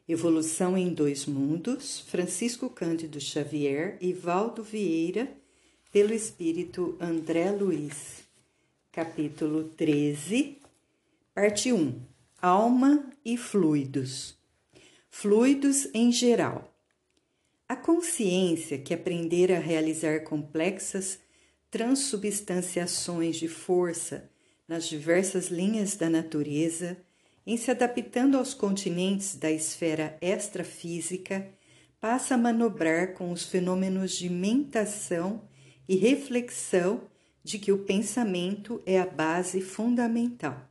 Evolução em Dois Mundos, Francisco Cândido Xavier e Valdo Vieira, pelo Espírito André Luiz. Capítulo 13, parte 1. Alma e fluidos. Fluidos em geral. A consciência que aprender a realizar complexas transubstanciações de força nas diversas linhas da natureza, em se adaptando aos continentes da esfera extrafísica, passa a manobrar com os fenômenos de mentação e reflexão de que o pensamento é a base fundamental.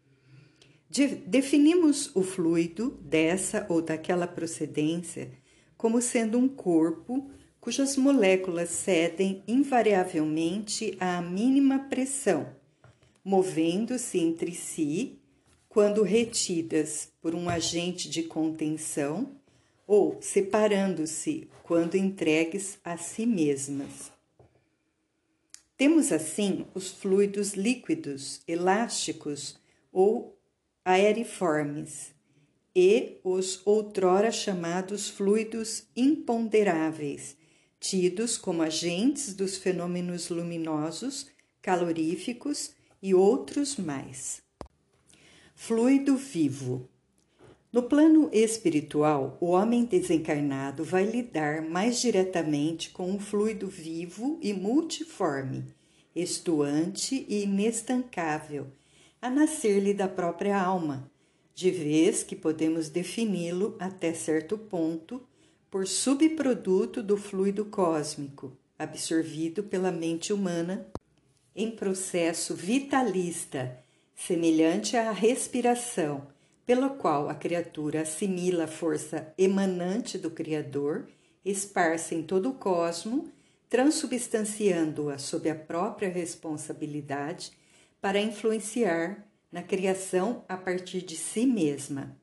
Definimos o fluido dessa ou daquela procedência como sendo um corpo cujas moléculas cedem invariavelmente à mínima pressão, movendo-se entre si quando retidas por um agente de contenção ou separando-se quando entregues a si mesmas. Temos assim os fluidos líquidos, elásticos ou aeriformes e os outrora chamados fluidos imponderáveis, tidos como agentes dos fenômenos luminosos, caloríficos e outros mais. Fluido vivo. No plano espiritual, o homem desencarnado vai lidar mais diretamente com um fluido vivo e multiforme, estuante e inestancável, a nascer-lhe da própria alma, de vez que podemos defini-lo até certo ponto por subproduto do fluido cósmico, absorvido pela mente humana em processo vitalista, semelhante à respiração, pelo qual a criatura assimila a força emanante do Criador, esparsa em todo o cosmo, transubstanciando-a sob a própria responsabilidade para influenciar na criação a partir de si mesma.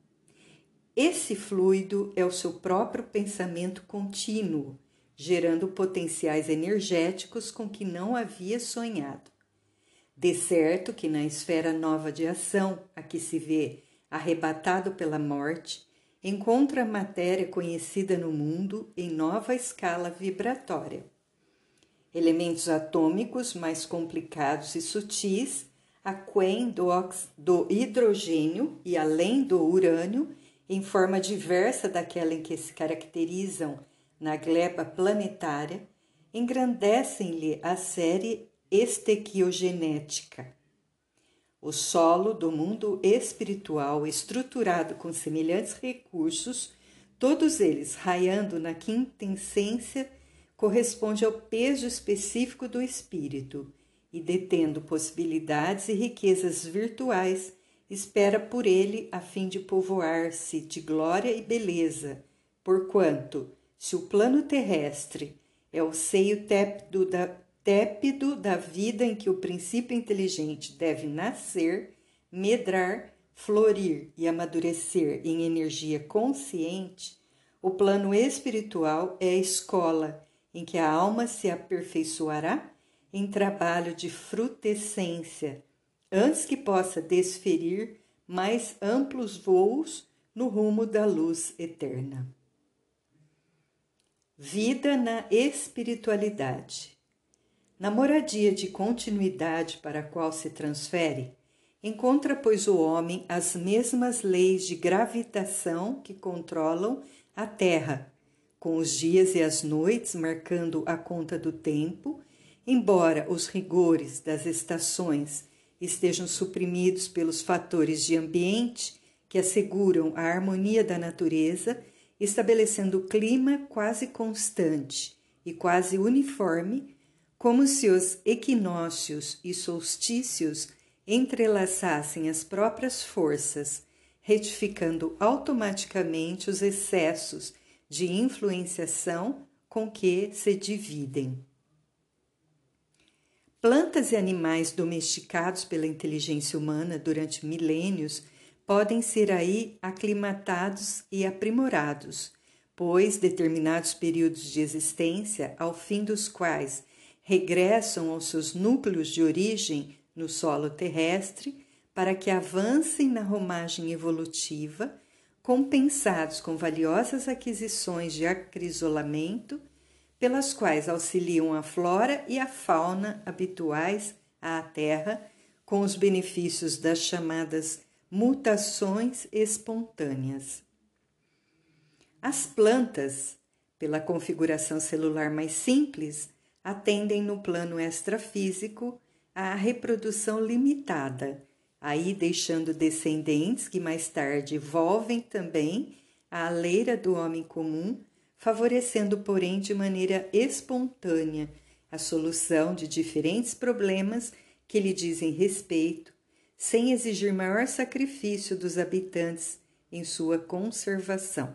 Esse fluido é o seu próprio pensamento contínuo, gerando potenciais energéticos com que não havia sonhado. De certo que na esfera nova de ação, a que se vê arrebatado pela morte, encontra a matéria conhecida no mundo em nova escala vibratória. Elementos atômicos mais complicados e sutis, aquém do hidrogênio e além do urânio, em forma diversa daquela em que se caracterizam na gleba planetária, engrandecem-lhe a série estequiogenética. O solo do mundo espiritual, estruturado com semelhantes recursos, todos eles raiando na quintessência, corresponde ao peso específico do espírito e, detendo possibilidades e riquezas virtuais, espera por ele a fim de povoar-se de glória e beleza, porquanto, se o plano terrestre é o seio tépido da vida em que o princípio inteligente deve nascer, medrar, florir e amadurecer em energia consciente, o plano espiritual é a escola em que a alma se aperfeiçoará em trabalho de frutescência, antes que possa desferir mais amplos voos no rumo da luz eterna. Vida na espiritualidade. Na moradia de continuidade para a qual se transfere, encontra, pois, o homem as mesmas leis de gravitação que controlam a Terra, com os dias e as noites marcando a conta do tempo, embora os rigores das estações estejam suprimidos pelos fatores de ambiente que asseguram a harmonia da natureza, estabelecendo o clima quase constante e quase uniforme, como se os equinócios e solstícios entrelaçassem as próprias forças, retificando automaticamente os excessos de influenciação com que se dividem. Plantas e animais domesticados pela inteligência humana durante milênios podem ser aí aclimatados e aprimorados, pois determinados períodos de existência, ao fim dos quais regressam aos seus núcleos de origem no solo terrestre, para que avancem na romagem evolutiva, compensados com valiosas aquisições de acrisolamento, pelas quais auxiliam a flora e a fauna habituais à Terra, com os benefícios das chamadas mutações espontâneas. As plantas, pela configuração celular mais simples, atendem no plano extrafísico à reprodução limitada, aí deixando descendentes que mais tarde volvem também à leira do homem comum, favorecendo, porém, de maneira espontânea a solução de diferentes problemas que lhe dizem respeito, sem exigir maior sacrifício dos habitantes em sua conservação.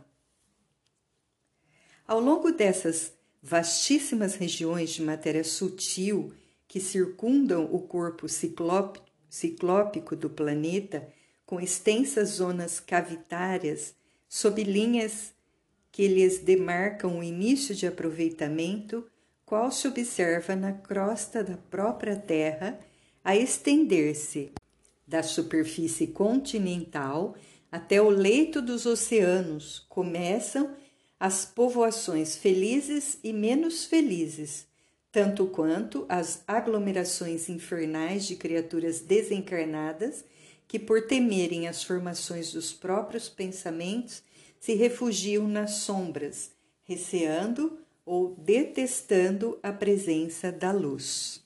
Ao longo dessas vastíssimas regiões de matéria sutil que circundam o corpo ciclópico do planeta, com extensas zonas cavitárias, sob linhas que lhes demarcam o início de aproveitamento, qual se observa na crosta da própria Terra, a estender-se da superfície continental até o leito dos oceanos, começam as povoações felizes e menos felizes, tanto quanto as aglomerações infernais de criaturas desencarnadas que, por temerem as formações dos próprios pensamentos, se refugiam nas sombras, receando ou detestando a presença da luz.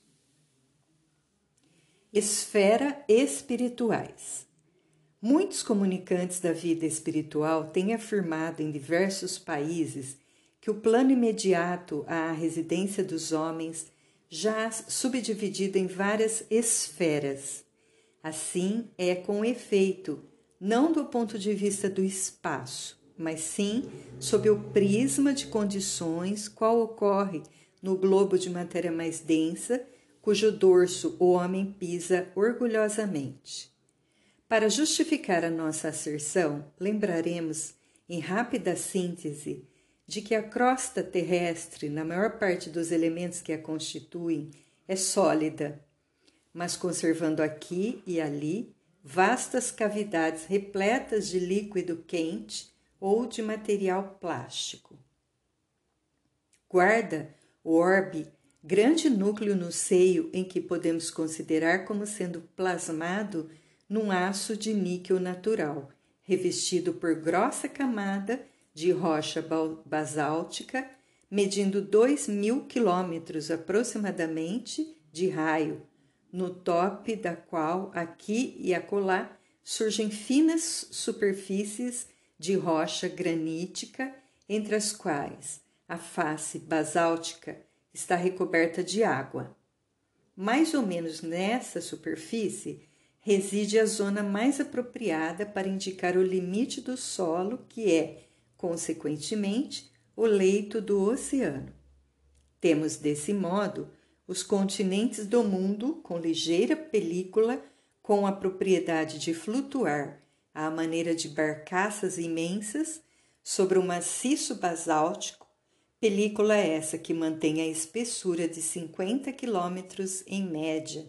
Esfera espirituais. Muitos comunicantes da vida espiritual têm afirmado em diversos países que o plano imediato à residência dos homens jaz subdividido em várias esferas. Assim é com efeito, não do ponto de vista do espaço, mas sim sob o prisma de condições qual ocorre no globo de matéria mais densa, cujo dorso o homem pisa orgulhosamente. Para justificar a nossa asserção, lembraremos, em rápida síntese, de que a crosta terrestre, na maior parte dos elementos que a constituem, é sólida, mas conservando aqui e ali vastas cavidades repletas de líquido quente ou de material plástico. Guarda o orbe grande núcleo no seio em que podemos considerar como sendo plasmado num aço de níquel natural, revestido por grossa camada de rocha basáltica, medindo 2.000 quilômetros aproximadamente de raio, no tope da qual, aqui e acolá, surgem finas superfícies de rocha granítica, entre as quais a face basáltica está recoberta de água. Mais ou menos nessa superfície reside a zona mais apropriada para indicar o limite do solo, que é, consequentemente, o leito do oceano. Temos, desse modo, os continentes do mundo com ligeira película, com a propriedade de flutuar, à maneira de barcaças imensas, sobre um maciço basáltico, película essa que mantém a espessura de 50 quilômetros em média.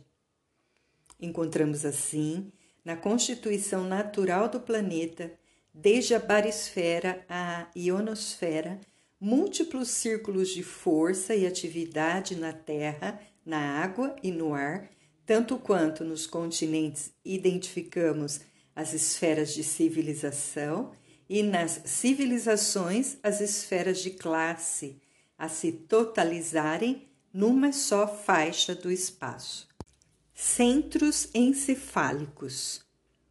Encontramos assim, na constituição natural do planeta, desde a barisfera à ionosfera, múltiplos círculos de força e atividade na terra, na água e no ar, tanto quanto nos continentes identificamos as esferas de civilização e nas civilizações as esferas de classe, a se totalizarem numa só faixa do espaço. Centros encefálicos.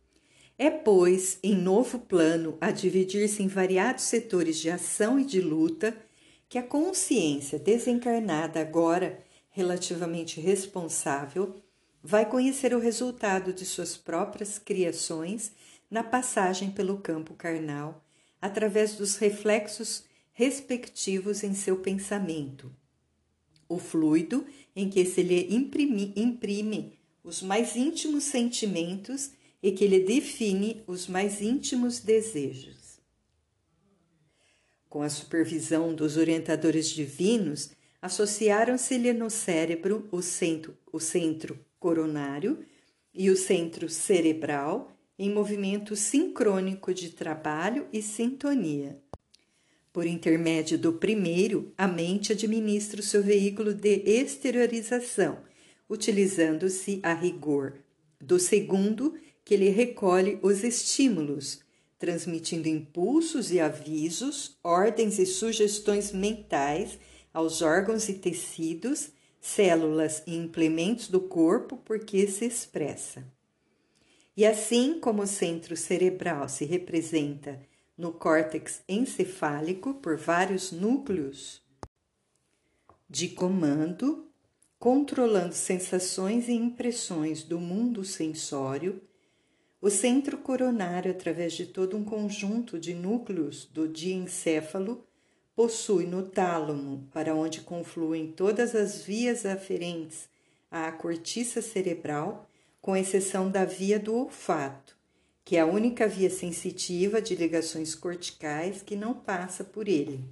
É, pois, em novo plano, a dividir-se em variados setores de ação e de luta, que a consciência desencarnada, agora relativamente responsável, vai conhecer o resultado de suas próprias criações na passagem pelo campo carnal, através dos reflexos respectivos em seu pensamento. O fluido em que se lhe imprime os mais íntimos sentimentos e que lhe define os mais íntimos desejos. Com a supervisão dos orientadores divinos, associaram-se-lhe no cérebro o centro coronário e o centro cerebral em movimento sincrônico de trabalho e sintonia. Por intermédio do primeiro, a mente administra o seu veículo de exteriorização, utilizando-se a rigor do segundo, que lhe recolhe os estímulos, transmitindo impulsos e avisos, ordens e sugestões mentais aos órgãos e tecidos, células e implementos do corpo por que se expressa. E assim como o centro cerebral se representa no córtex encefálico por vários núcleos de comando, controlando sensações e impressões do mundo sensório, o centro coronário, através de todo um conjunto de núcleos do diencéfalo, possui no tálamo, para onde confluem todas as vias aferentes à cortiça cerebral, com exceção da via do olfato, que é a única via sensitiva de ligações corticais que não passa por ele.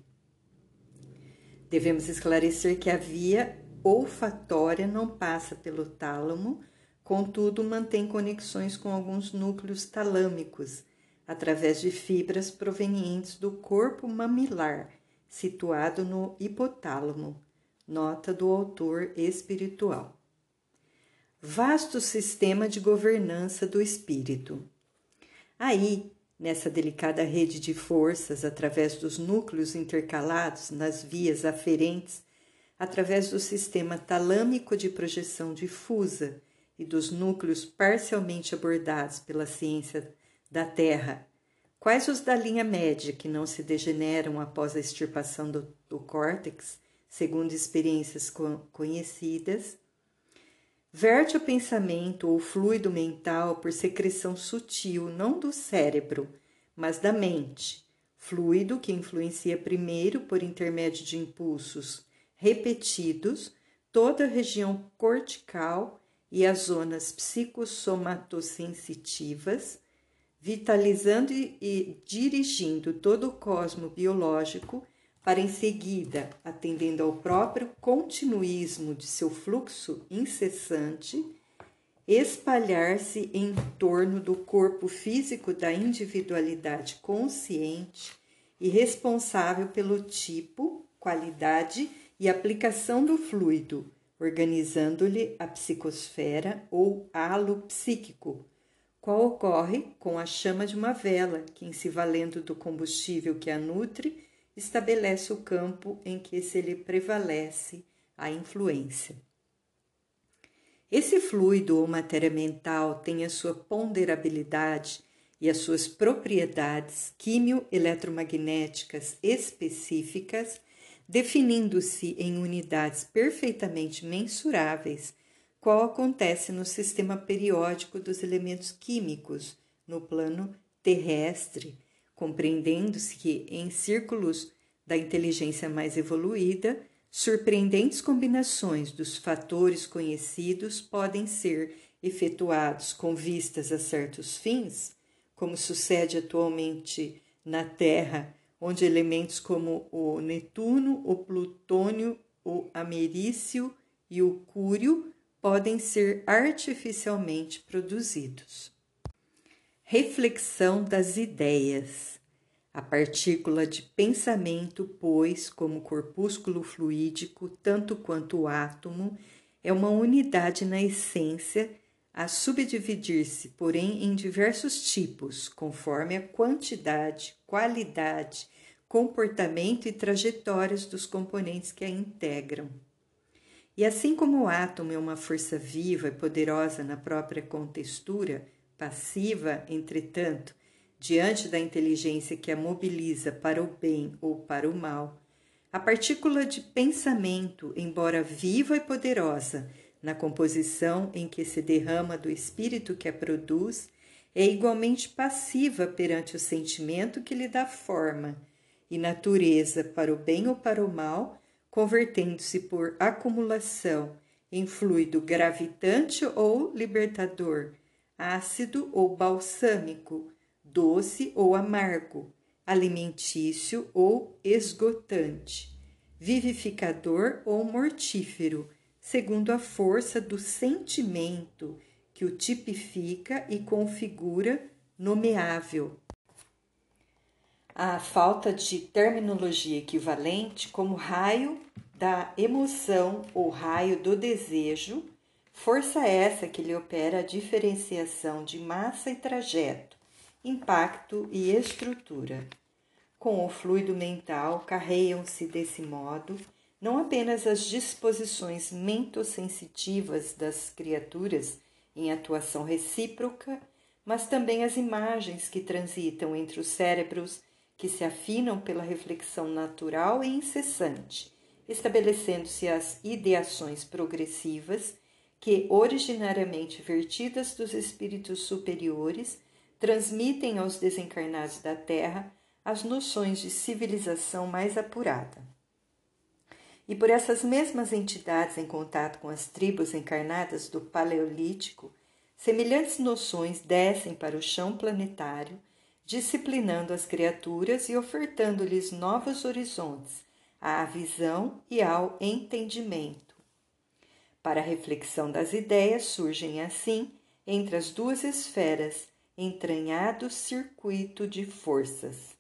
Devemos esclarecer que a via olfatória não passa pelo tálamo, contudo mantém conexões com alguns núcleos talâmicos, através de fibras provenientes do corpo mamilar, situado no hipotálamo, nota do autor espiritual. Vasto sistema de governança do espírito. Aí, nessa delicada rede de forças, através dos núcleos intercalados nas vias aferentes, através do sistema talâmico de projeção difusa e dos núcleos parcialmente abordados pela ciência da Terra, quais os da linha média que não se degeneram após a extirpação do córtex, segundo experiências conhecidas, verte o pensamento ou fluido mental por secreção sutil, não do cérebro, mas da mente, fluido que influencia primeiro por intermédio de impulsos repetidos toda a região cortical e as zonas psicossomatosensitivas, vitalizando e dirigindo todo o cosmo biológico para em seguida, atendendo ao próprio continuismo de seu fluxo incessante, espalhar-se em torno do corpo físico da individualidade consciente e responsável pelo tipo, qualidade e aplicação do fluido, organizando-lhe a psicosfera ou halo psíquico, qual ocorre com a chama de uma vela, que, em se valendo do combustível que a nutre, estabelece o campo em que se lhe prevalece a influência. Esse fluido ou matéria mental tem a sua ponderabilidade e as suas propriedades quimio-eletromagnéticas específicas, definindo-se em unidades perfeitamente mensuráveis, qual acontece no sistema periódico dos elementos químicos no plano terrestre, compreendendo-se que, em círculos da inteligência mais evoluída, surpreendentes combinações dos fatores conhecidos podem ser efetuados com vistas a certos fins, como sucede atualmente na Terra, onde elementos como o Netuno, o Plutônio, o Americio e o Cúrio podem ser artificialmente produzidos. Reflexão das ideias. A partícula de pensamento, pois, como corpúsculo fluídico, tanto quanto o átomo, é uma unidade na essência, a subdividir-se, porém, em diversos tipos, conforme a quantidade, qualidade, comportamento e trajetórias dos componentes que a integram. E assim como o átomo é uma força viva e poderosa na própria contextura, passiva, entretanto, diante da inteligência que a mobiliza para o bem ou para o mal, a partícula de pensamento, embora viva e poderosa na composição em que se derrama do espírito que a produz, é igualmente passiva perante o sentimento que lhe dá forma e natureza para o bem ou para o mal, convertendo-se por acumulação em fluido gravitante ou libertador, ácido ou balsâmico, doce ou amargo, alimentício ou esgotante, vivificador ou mortífero, segundo a força do sentimento que o tipifica e configura nomeável. A falta de terminologia equivalente, como raio da emoção ou raio do desejo, força essa que lhe opera a diferenciação de massa e trajeto, impacto e estrutura. Com o fluido mental, carreiam-se desse modo não apenas as disposições mentosensitivas das criaturas em atuação recíproca, mas também as imagens que transitam entre os cérebros que se afinam pela reflexão natural e incessante, estabelecendo-se as ideações progressivas que, originariamente vertidas dos espíritos superiores, transmitem aos desencarnados da Terra as noções de civilização mais apurada. E por essas mesmas entidades em contato com as tribos encarnadas do Paleolítico, semelhantes noções descem para o chão planetário, disciplinando as criaturas e ofertando-lhes novos horizontes à visão e ao entendimento. Para a reflexão das ideias surgem, assim, entre as duas esferas, entranhado circuito de forças.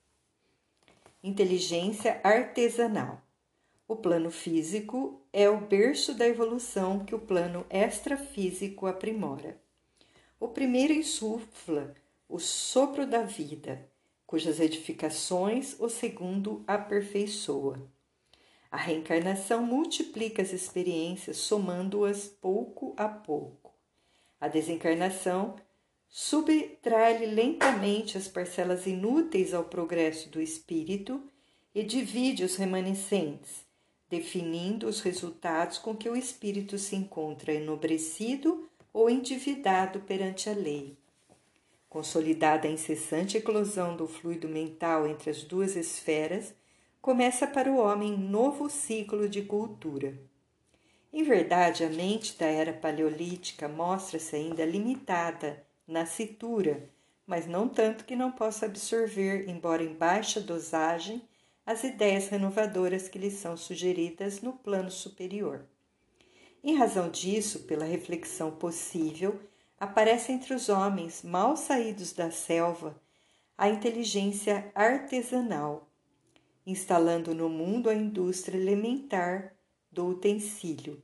Inteligência artesanal. O plano físico é o berço da evolução que o plano extrafísico aprimora. O primeiro insufla o sopro da vida, cujas edificações o segundo aperfeiçoa. A reencarnação multiplica as experiências, somando-as pouco a pouco. A desencarnação subtrai-lhe lentamente as parcelas inúteis ao progresso do espírito e divide os remanescentes, definindo os resultados com que o espírito se encontra enobrecido ou endividado perante a lei. Consolidada a incessante eclosão do fluido mental entre as duas esferas, começa para o homem novo ciclo de cultura. Em verdade, a mente da era paleolítica mostra-se ainda limitada, nascitura, mas não tanto que não possa absorver, embora em baixa dosagem, as ideias renovadoras que lhe são sugeridas no plano superior. Em razão disso, pela reflexão possível, aparece entre os homens mal saídos da selva a inteligência artesanal, instalando no mundo a indústria elementar do utensílio.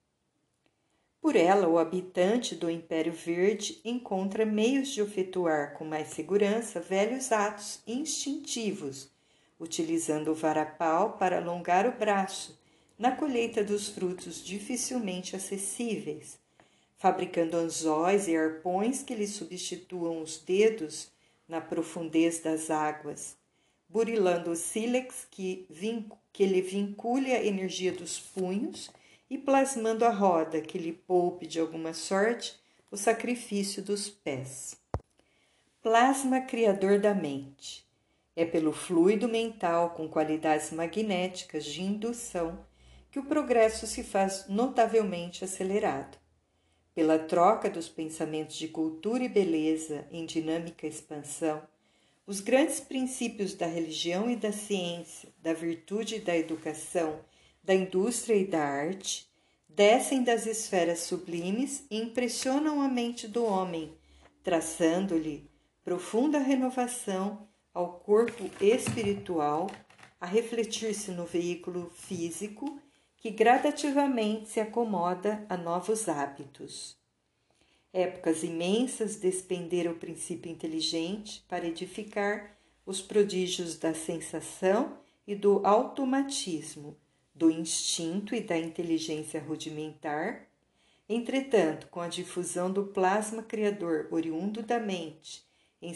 Por ela, o habitante do Império Verde encontra meios de efetuar com mais segurança velhos atos instintivos, utilizando o varapau para alongar o braço na colheita dos frutos dificilmente acessíveis, fabricando anzóis e arpões que lhe substituam os dedos na profundez das águas, burilando o sílex que lhe vincule a energia dos punhos e plasmando a roda que lhe poupe de alguma sorte o sacrifício dos pés. Plasma criador da mente. É pelo fluido mental com qualidades magnéticas de indução que o progresso se faz notavelmente acelerado. Pela troca dos pensamentos de cultura e beleza em dinâmica expansão, os grandes princípios da religião e da ciência, da virtude e da educação, da indústria e da arte, descem das esferas sublimes e impressionam a mente do homem, traçando-lhe profunda renovação ao corpo espiritual, a refletir-se no veículo físico, que gradativamente se acomoda a novos hábitos. Épocas imensas despenderam o princípio inteligente para edificar os prodígios da sensação e do automatismo, do instinto e da inteligência rudimentar. Entretanto, com a difusão do plasma criador oriundo da mente em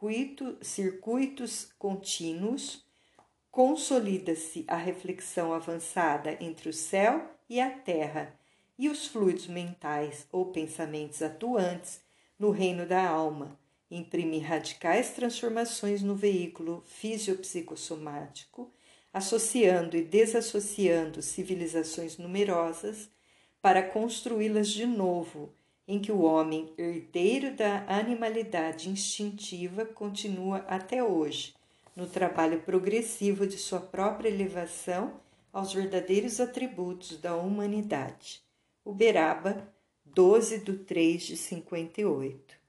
circuitos contínuos, consolida-se a reflexão avançada entre o céu e a terra e os fluidos mentais ou pensamentos atuantes no reino da alma, imprime radicais transformações no veículo fisiopsicossomático, associando e desassociando civilizações numerosas para construí-las de novo, em que o homem, herdeiro da animalidade instintiva, continua até hoje no trabalho progressivo de sua própria elevação aos verdadeiros atributos da humanidade. Uberaba, 12/3/58.